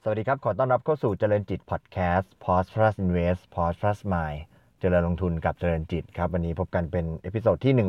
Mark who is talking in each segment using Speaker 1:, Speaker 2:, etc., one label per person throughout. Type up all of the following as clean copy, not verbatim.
Speaker 1: สวัสดีครับขอต้อนรับเข้าสู่เจริญจิตพอดแคสต์ Pause Plus Invest Pause Plus Mind เจริญลงทุนกับเจริญจิตครับวันนี้พบกันเป็นเอพิโซดที่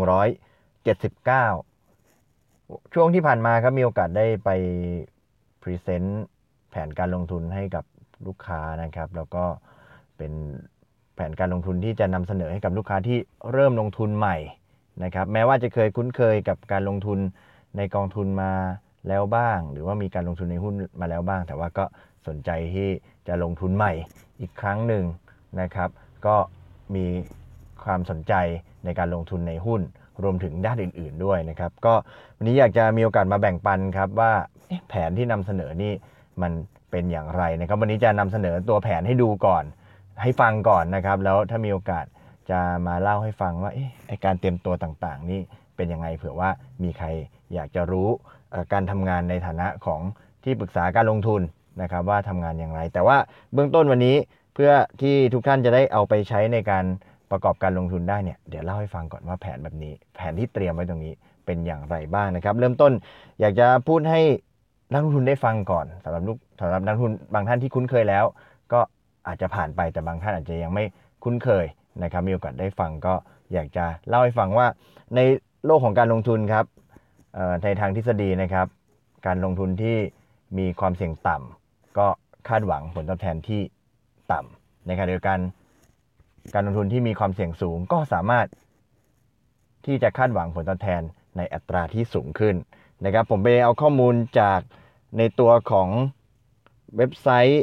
Speaker 1: 179ช่วงที่ผ่านมาครับมีโอกาสได้ไปพรีเซนต์แผนการลงทุนให้กับลูกค้านะครับแล้วก็เป็นแผนการลงทุนที่จะนำเสนอให้กับลูกค้าที่เริ่มลงทุนใหม่นะครับแม้ว่าจะเคยคุ้นเคยกับการลงทุนในกองทุนมาแล้วบ้างหรือว่ามีการลงทุนในหุ้นมาแล้วบ้างแต่ว่าก็สนใจที่จะลงทุนใหม่อีกครั้งหนึ่งนะครับก็มีความสนใจในการลงทุนในหุ้นรวมถึงด้านอื่นๆด้วยนะครับก็วันนี้อยากจะมีโอกาสมาแบ่งปันครับว่าแผนที่นำเสนอนี่มันเป็นอย่างไรนะครับวันนี้จะนำเสนอตัวแผนให้ดูก่อนให้ฟังก่อนนะครับแล้วถ้ามีโอกาสจะมาเล่าให้ฟังว่าการเตรียมตัวต่างๆนี่เป็นยังไงเผื่อว่ามีใครอยากจะรู้การทำงานในฐานะของที่ปรึกษาการลงทุนนะครับว่าทำงานอย่างไรแต่ว่าเบื้องต้นวันนี้เพื่อที่ทุกท่านจะได้เอาไปใช้ในการประกอบการลงทุนได้เนี่ยเดี๋ยวเล่าให้ฟังก่อนว่าแผนแบบนี้แผนที่เตรียมไว้ตรงนี้เป็นอย่างไรบ้างนะครับเริ่มต้นอยากจะพูดให้นักลงทุนได้ฟังก่อนสำหรับนักลงทุนบางท่านที่คุ้นเคยแล้วก็อาจจะผ่านไปแต่บางท่านอาจจะยังไม่คุ้นเคยนะครับมีโอกาสได้ฟังก็อยากจะเล่าให้ฟังว่าในโลกของการลงทุนครับในทางทฤษฎีนะครับการลงทุนที่มีความเสี่ยงต่ำก็คาดหวังผลตอบแทนที่ต่ำในขณะเดียวกันการลงทุนที่มีความเสี่ยงสูงก็สามารถที่จะคาดหวังผลตอบแทนในอัตราที่สูงขึ้นนะครับผมไปเอาข้อมูลจากในตัวของเว็บไซต์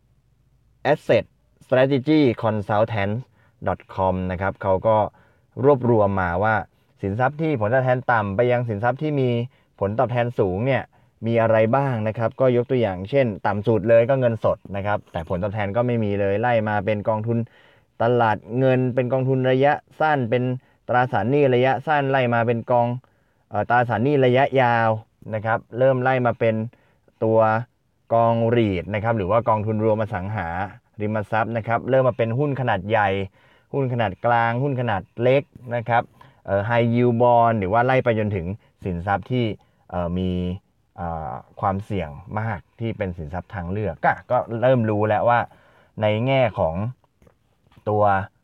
Speaker 1: asset strategy consultant.com นะครับเขาก็รวบรวมมาว่าสินทรัพย์ที่ผลตอบแทนต่ำไปยังสินทรัพย์ที่มีผลตอบแทนสูงเนี่ยมีอะไรบ้างนะครับก็ยกตัวอย่างเช่นต่ำสุดเลยก็เงินสดนะครับแต่ผลตอบแทนก็ไม่มีเลยไล่มาเป็นกองทุนตลาดเงินเป็นกองทุนระยะสั้นเป็นตราสารหนี้ระยะสั้นไล่มาเป็นกองตราสารหนี้ระยะยาวนะครับเริ่มไล่มาเป็นตัวกองรีทนะครับหรือว่ากองทุนรวมอสังหาริมทรัพย์นะครับเริ่มมาเป็นหุ้นขนาดใหญ่หุ้นขนาดกลางหุ้นขนาดเล็กนะครับhigh yield bond หรือว่าไล่ไปจนถึงสินทรัพย์ที่มีความเสี่ยงมากที่เป็นสินทรัพย์ทางเลือกก็เริ่มรู้แล้วว่าในแง่ของตัว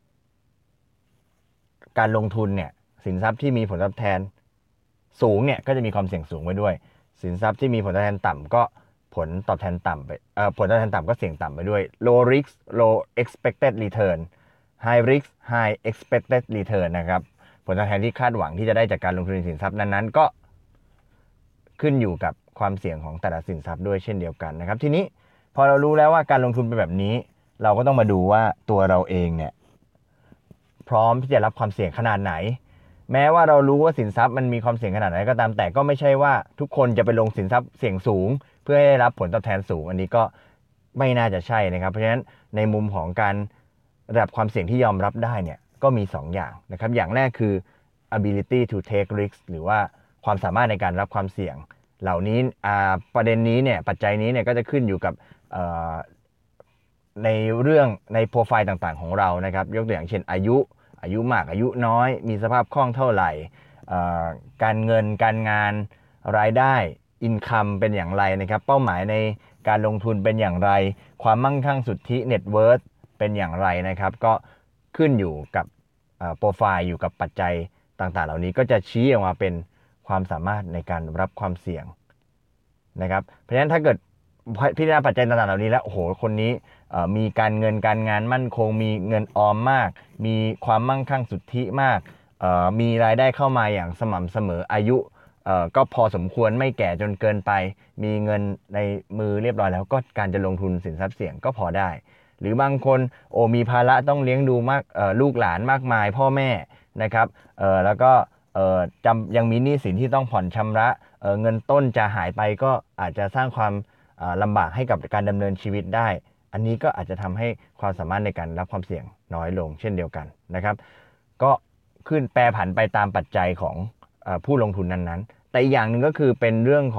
Speaker 1: การลงทุนเนี่ยสินทรัพย์ที่มีผลตอบแทนสูงเนี่ยก็จะมีความเสี่ยงสูงไว้ด้วยสินทรัพย์ที่มีผลตอบแทนต่ำก็ผลตอบแทนต่ำไปผลตอบแทนต่ำก็เสี่ยงต่ำไปด้วย low risk low expected return high risk high expected return นะครับผลตอบแทนที่คาดหวังที่จะได้จากการลงทุนในสินทรัพย์นั้นๆก็ขึ้นอยู่กับความเสี่ยงของแต่ละสินทรัพย์ด้วยเช่นเดียวกันนะครับทีนี้พอเรารู้แล้วว่าการลงทุนเป็นแบบนี้เราก็ต้องมาดูว่าตัวเราเองเนี่ยพร้อมที่จะรับความเสี่ยงขนาดไหนแม้ว่าเรารู้ว่าสินทรัพย์มันมีความเสี่ยงขนาดไหนก็ตามแต่ก็ไม่ใช่ว่าทุกคนจะไปลงสินทรัพย์เสี่ยงสูงเพื่อให้ได้รับผลตอบแทนสูงอันนี้ก็ไม่น่าจะใช่นะครับเพราะฉะนั้นในมุมของการระดับความเสี่ยงที่ยอมรับได้เนี่ยก็มี2 อย่างนะครับอย่างแรกคือ ability to take risk หรือว่าความสามารถในการรับความเสี่ยงเหล่านี้ประเด็นนี้เนี่ยปัจจัยนี้เนี่ยก็จะขึ้นอยู่กับในเรื่องในโปรไฟล์ต่างๆของเรานะครับยกตัวอย่างเช่นอายุมากอายุน้อยมีสภาพคล่องเท่าไหร่การเงินการงานรายได้อินคัมเป็นอย่างไรนะครับเป้าหมายในการลงทุนเป็นอย่างไรความมั่งคั่งสุทธิ net worth เป็นอย่างไรนะครับก็ขึ้นอยู่กับโปรไฟล์อยู่กับปัจจัยต่างๆเหล่านี้ก็จะชี้ออกมาเป็นความสามารถในการรับความเสี่ยงนะครับเพราะฉะนั้นถ้าเกิดพิจารณาปัจจัยต่างๆเหล่านี้แล้วโอ้โหคนนี้มีการเงินการงานมั่นคงมีเงินออมมากมีความมั่งคั่งสุทธิมากมีรายได้เข้ามาอย่างสม่ำเสมออายุก็พอสมควรไม่แก่จนเกินไปมีเงินในมือเรียบร้อยแล้วก็การจะลงทุนสินทรัพย์เสี่ยงก็พอได้หรือบางคนมีภาระต้องเลี้ยงดูมากลูกหลานมากมายพ่อแม่นะครับแล้วก็ยังมีหนี้สินที่ต้องผ่อนชำระเงินต้นจะหายไปก็อาจจะสร้างความลำบากให้กับการดำเนินชีวิตได้อันนี้ก็อาจจะทำให้ความสามารถในการรับความเสี่ยงน้อยลงเช่นเดียวกันนะครับก็ขึ้นแปรผันไปตามปัจจัยของผู้ลงทุนนั้นๆแต่อีกอย่างหนึ่งก็คือเป็นเรื่อง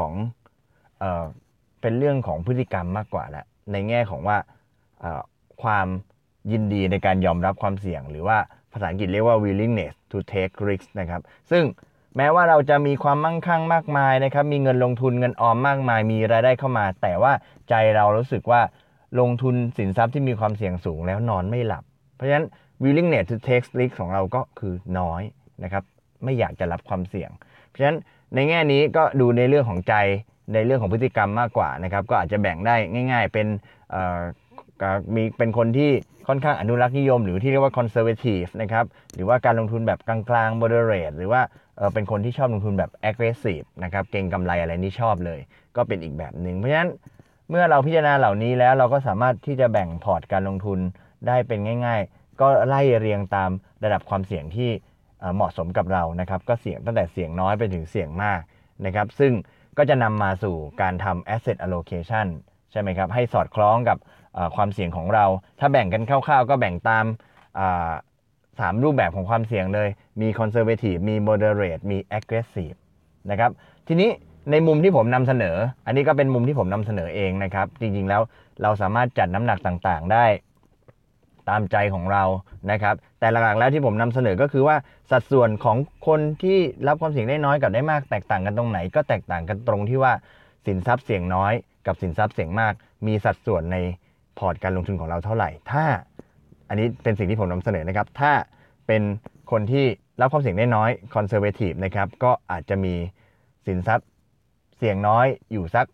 Speaker 1: ของพฤติกรรมมากกว่าแหละในแง่ของว่าความยินดีในการยอมรับความเสี่ยงหรือว่าภาษาอังกฤษเรียกว่า willingness to take risk นะครับซึ่งแม้ว่าเราจะมีความมั่งคั่งมากมายนะครับมีเงินลงทุนเงินออมมากมายมีรายได้เข้ามาแต่ว่าใจเรารู้สึกว่าลงทุนสินทรัพย์ที่มีความเสี่ยงสูงแล้วนอนไม่หลับเพราะฉะนั้น willingness to take risk ของเราก็คือน้อยนะครับไม่อยากจะรับความเสี่ยงเพราะฉะนั้นในแง่นี้ก็ดูในเรื่องของใจในเรื่องของพฤติกรรมมากกว่านะครับก็อาจจะแบ่งได้ง่ายๆเป็นมีเป็นคนที่ค่อนข้างอนุรักษ์นิยมหรือที่เรียกว่า conservative นะครับหรือว่าการลงทุนแบบกลางๆ moderate หรือว่าเป็นคนที่ชอบลงทุนแบบ aggressive นะครับเก็งกำไรอะไรนี่ชอบเลยก็เป็นอีกแบบหนึ่งเพราะฉะนั้นเมื่อเราพิจารณาเหล่านี้แล้วเราก็สามารถที่จะแบ่งพอร์ตการลงทุนได้เป็นง่ายๆก็ไล่เรียงตามระดับความเสี่ยงที่เหมาะสมกับเรานะครับก็เสี่ยงตั้งแต่เสี่ยงน้อยไปถึงเสี่ยงมากนะครับซึ่งก็จะนำมาสู่การทำ asset allocation ใช่ไหมครับให้สอดคล้องกับความเสี่ยงของเราถ้าแบ่งกันคร่าวๆก็แบ่งตาม3รูปแบบของความเสี่ยงเลยมี conservative มี moderate มี aggressive นะครับทีนี้ในมุมที่ผมนำเสนออันนี้ก็เป็นมุมที่ผมนำเสนอเองนะครับจริงๆแล้วเราสามารถจัดน้ำหนักต่างๆได้ตามใจของเรานะครับแต่หลักๆแล้วที่ผมนำเสนอก็คือว่าสัดส่วนของคนที่รับความเสี่ยงได้น้อยกับได้มากแตกต่างกันตรงไหนก็แตกต่างกันตรงที่ว่าสินทรัพย์เสี่ยงน้อยกับสินทรัพย์เสี่ยงมากมีสัดส่วนในพอร์ตการลงทุนของเราเท่าไหร่ถ้าอันนี้เป็นสิ่งที่ผมนำเสนอนะครับถ้าเป็นคนที่รับความเสี่ยงได้น้อย conservative นะครับก็อาจจะมีสินทรัพย์เสี่ยงน้อยอยู่สัก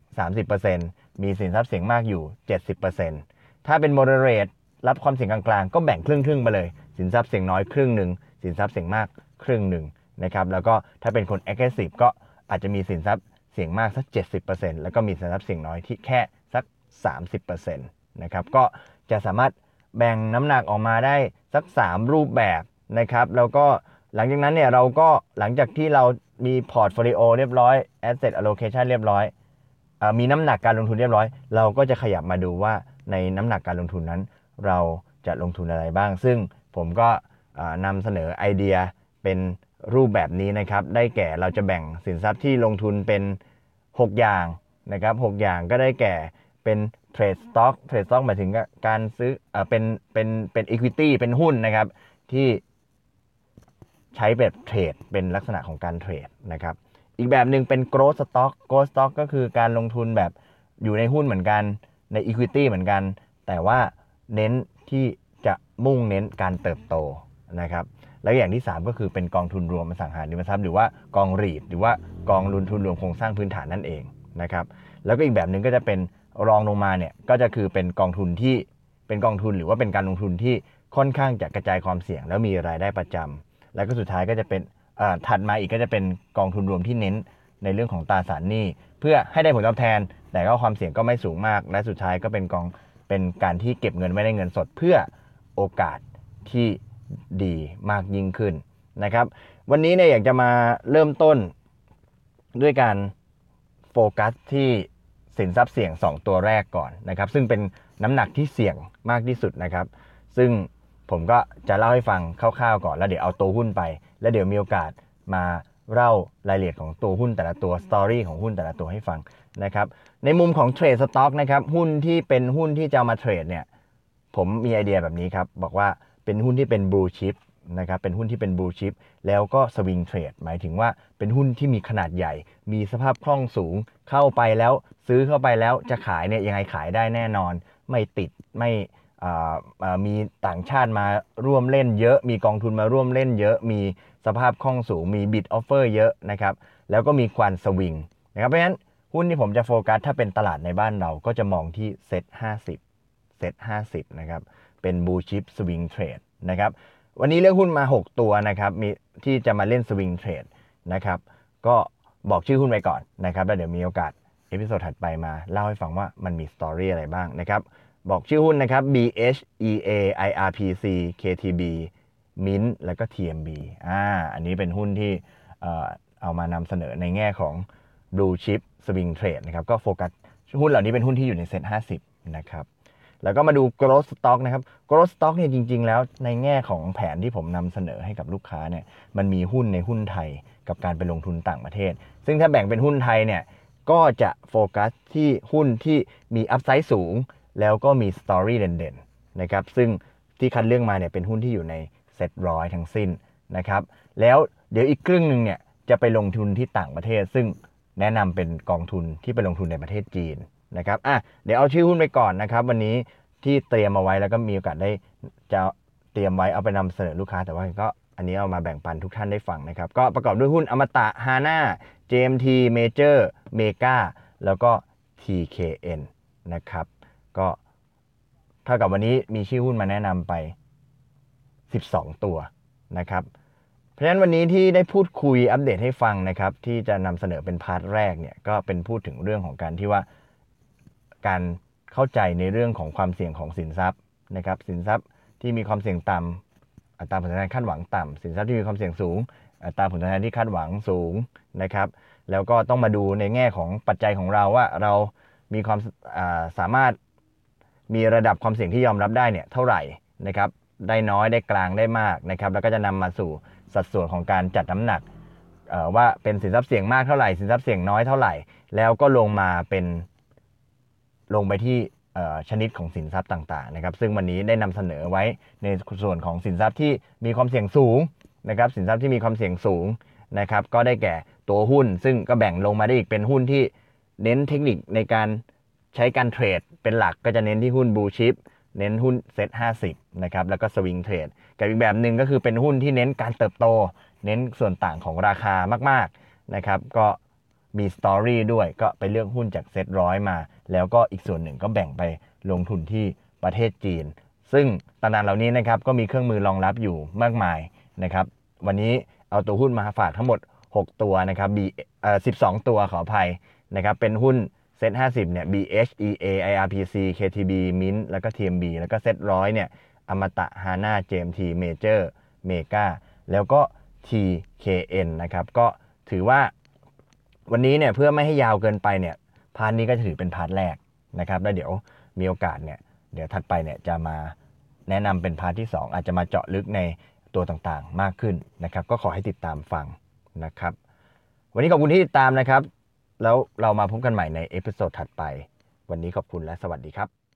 Speaker 1: 30% มีสินทรัพย์เสี่ยงมากอยู่ 70% ถ้าเป็น moderate รับความเสี่ยงกลางๆก็แบ่งครึ่งๆไปเลยสินทรัพย์เสี่ยงน้อยครึ่งหนึ่งสินทรัพย์เสี่ยงมากครึ่งหนึ่งนะครับแล้วก็ถ้าเป็นคน aggressive ก็อาจจะมีสินทรัพย์เสี่ยงมากสัก 70% แล้วก็มีสินทรัพย์เสี่ยงน้อยที่แค่สัก 30% นะครับก็จะสามารถแบ่งน้ำหนักออกมาได้สัก3รูปแบบนะครับแล้วก็หลังจากนั้นเนี่ยเราก็หลังจากที่เรามีพอร์ตโฟลิโอเรียบร้อย asset allocation เรียบร้อยมีน้ำหนักการลงทุนเรียบร้อยเราก็จะขยับมาดูว่าในน้ำหนักการลงทุนนั้นเราจะลงทุนอะไรบ้างซึ่งผมก็นำเสนอไอเดียเป็นรูปแบบนี้นะครับได้แก่เราจะแบ่งสินทรัพย์ที่ลงทุนเป็น6อย่างนะครับ6อย่างก็ได้แก่เป็นเทรดสต็อกหมายถึงการซื้อเป็น equity เป็นหุ้นนะครับที่ใช้แบบเทรดเป็นลักษณะของการเทรดนะครับอีกแบบหนึ่งเป็น growth stock ก็คือการลงทุนแบบอยู่ในหุ้นเหมือนกันใน equity เหมือนกันแต่ว่าเน้นที่จะมุ่งเน้นการเติบโตนะครับแล้วอย่างที่3ก็คือเป็นกองทุนรวมอสังหาริมทรัพย์หรือว่ากองรีทหรือว่ากองทุนรวมโครงสร้างพื้นฐานนั่นเองนะครับแล้วก็อีกแบบหนึ่งก็จะเป็นรองลงมาเนี่ยก็จะคือเป็นกองทุนที่เป็นกองทุนหรือว่าเป็นการลงทุนที่ค่อนข้างจะกระจายความเสี่ยงแล้วมีรายได้ประจำแล้วก็สุดท้ายก็จะเป็นถัดมาอีกก็จะเป็นกองทุนรวมที่เน้นในเรื่องของตราสารหนี้เพื่อให้ได้ผลตอบแทนแต่ก็ความเสี่ยงก็ไม่สูงมากและสุดท้ายก็เป็นการที่เก็บเงินไว้ในเงินสดเพื่อโอกาสที่ดีมากยิ่งขึ้นนะครับวันนี้เนี่ยอยากจะมาเริ่มต้นด้วยการโฟกัสที่สินทรัพย์เสี่ยง2ตัวแรกก่อนนะครับซึ่งเป็นน้ำหนักที่เสี่ยงมากที่สุดนะครับซึ่งผมก็จะเล่าให้ฟังคร่าวๆก่อนแล้วเดี๋ยวเอาตัวหุ้นไปแล้วเดี๋ยวมีโอกาสมาเล่ารายละเอียดของตัวหุ้นแต่ละตัวสตอรี่ของหุ้นแต่ละตัวให้ฟังนะครับในมุมของเทรดสต็อกนะครับหุ้นที่เป็นหุ้นที่จะมาเทรดเนี่ยผมมีไอเดียแบบนี้ครับบอกว่าเป็นหุ้นที่เป็นบลูชิปนะครับเป็นหุ้นที่เป็นบลูชิปแล้วก็สวิงเทรดหมายถึงว่าเป็นหุ้นที่มีขนาดใหญ่มีสภาพคล่องสูงเข้าไปแล้วซื้อเข้าไปแล้วจะขายเนี่ยยังไงขายได้แน่นอนไม่ติดไม่มีต่างชาติมาร่วมเล่นเยอะมีกองทุนมาร่วมเล่นเยอะมีสภาพคล่องสูงมีบิดออฟเฟอร์เยอะนะครับแล้วก็มีควันสวิงนะครับเพราะฉะนั้นหุ้นที่ผมจะโฟกัสถ้าเป็นตลาดในบ้านเราก็จะมองที่เซ็ต50นะครับเป็นบูชิปสวิงเทรดนะครับวันนี้เลือกหุ้นมา6ตัวนะครับมีที่จะมาเล่นสวิงเทรดนะครับก็บอกชื่อหุ้นไว้ก่อนนะครับแล้วเดี๋ยวมีโอกาสเอพิโซดถัดไปมาเล่าให้ฟังว่ามันมีสตอรี่อะไรบ้างนะครับบอกชื่อหุ้นนะครับ BHEA IRPC KTB Mint แล้วก็ TMB อันนี้เป็นหุ้นที่เอามานำเสนอในแง่ของ Blue Chip Swing Trade นะครับก็โฟกัสหุ้นเหล่านี้เป็นหุ้นที่อยู่ในเซ็ต50นะครับแล้วก็มาดู growth stock นะครับ growth stock เนี่ยจริงๆแล้วในแง่ของแผนที่ผมนำเสนอให้กับลูกค้าเนี่ยมันมีหุ้นในหุ้นไทยกับการไปลงทุนต่างประเทศซึ่งถ้าแบ่งเป็นหุ้นไทยเนี่ยก็จะโฟกัสที่หุ้นที่มีอัพไซด์สูงแล้วก็มีสตอรี่เด่นๆนะครับซึ่งที่คัดเลือกมาเนี่ยเป็นหุ้นที่อยู่ในเซ็ตร้อยทั้งสิ้นนะครับแล้วเดี๋ยวอีกครึ่งนึงเนี่ยจะไปลงทุนที่ต่างประเทศซึ่งแนะนำเป็นกองทุนที่ไปลงทุนในประเทศจีนนะครับเดี๋ยวเอาชื่อหุ้นไปก่อนนะครับวันนี้ที่เตรียมเอาไว้แล้วก็มีโอกาสได้จะเตรียมไว้เอาไปนำเสนอลูกค้าแต่ว่าก็อันนี้เอามาแบ่งปันทุกท่านได้ฟังนะครับก็ประกอบด้วยหุ้นอมตะ HANA JMT Major Mega แล้วก็ TKN นะครับก็เท่ากับวันนี้มีชื่อหุ้นมาแนะนำไป12ตัวนะครับเพราะฉะนั้นวันนี้ที่ได้พูดคุยอัปเดตให้ฟังนะครับที่จะนำเสนอเป็นพาร์ทแรกเนี่ยก็เป็นพูดถึงเรื่องของการที่ว่าการเข้าใจในเรื่องของความเสี่ยงของสินทรัพย์นะครับสินทรัพย์ที่มีความเสี่ยงต่ำอัตราผลตอบแทนคาดหวังต่ำสินทรัพย์ที่มีความเสี่ยงสูงอัตราผลตอบแทนที่คาดหวังสูงนะครับแล้วก็ต้องมาดูในแง่ของปัจจัยของเราว่าเรามีความสามารถมีระดับความเสี่ยงที่ยอมรับได้เนี่ยเท่าไหร่นะครับได้น้อยได้กลางได้มากนะครับแล้วก็จะนำมาสู่สัดส่วนของการจัดน้ำหนักว่าเป็นสินทรัพย์เสี่ยงมากเท่าไหร่สินทรัพย์เสี่ยงน้อยเท่าไหร่แล้วก็ลงไปที่ชนิดของสินทรัพย์ต่างๆนะครับซึ่งวันนี้ได้นำเสนอไว้ในส่วนของสินทรัพย์ที่มีความเสี่ยงสูงนะครับสินทรัพย์ที่มีความเสี่ยงสูงนะครับก็ได้แก่ตัวหุ้นซึ่งก็แบ่งลงมาได้อีกเป็นหุ้นที่เน้นเทคนิคในการใช้การเทรดเป็นหลักก็จะเน้นที่หุ้นบลูชิปเน้นหุ้นเซ็ต50นะครับแล้วก็สวิงเทรดกับอีกแบบหนึ่งก็คือเป็นหุ้นที่เน้นการเติบโตเน้นส่วนต่างของราคามากๆนะครับก็มีสตอรี่ด้วยก็ไปเลือกหุ้นจากเซ็ตร้อยมาแล้วก็อีกส่วนหนึ่งก็แบ่งไปลงทุนที่ประเทศจีนซึ่งต่างๆเหล่านี้นะครับก็มีเครื่องมือรองรับอยู่มากมายนะครับวันนี้เอาตัวหุ้นมาฝากทั้งหมด6ตัวนะครับ12ตัวขออภัยนะครับเป็นหุ้นเซ็ต50เนี่ย BHEA IRPC KTB Mint แล้วก็ TMB แล้วก็เซ็ต100เนี่ยอมตะ HANA JMT Major Mega แล้วก็ TKN นะครับก็ถือว่าวันนี้เนี่ยเพื่อไม่ให้ยาวเกินไปเนี่ยพาร์ทนี้ก็ถือเป็นพาร์ทแรกนะครับแล้วเดี๋ยวมีโอกาสเนี่ยเดี๋ยวถัดไปเนี่ยจะมาแนะนำเป็นพาร์ทที่2อาจจะมาเจาะลึกในตัวต่างๆมากขึ้นนะครับก็ขอให้ติดตามฟังนะครับวันนี้ขอบคุณที่ติดตามนะครับแล้วเรามาพบกันใหม่ในเอพิโซดถัดไปวันนี้ขอบคุณและสวัสดีครับ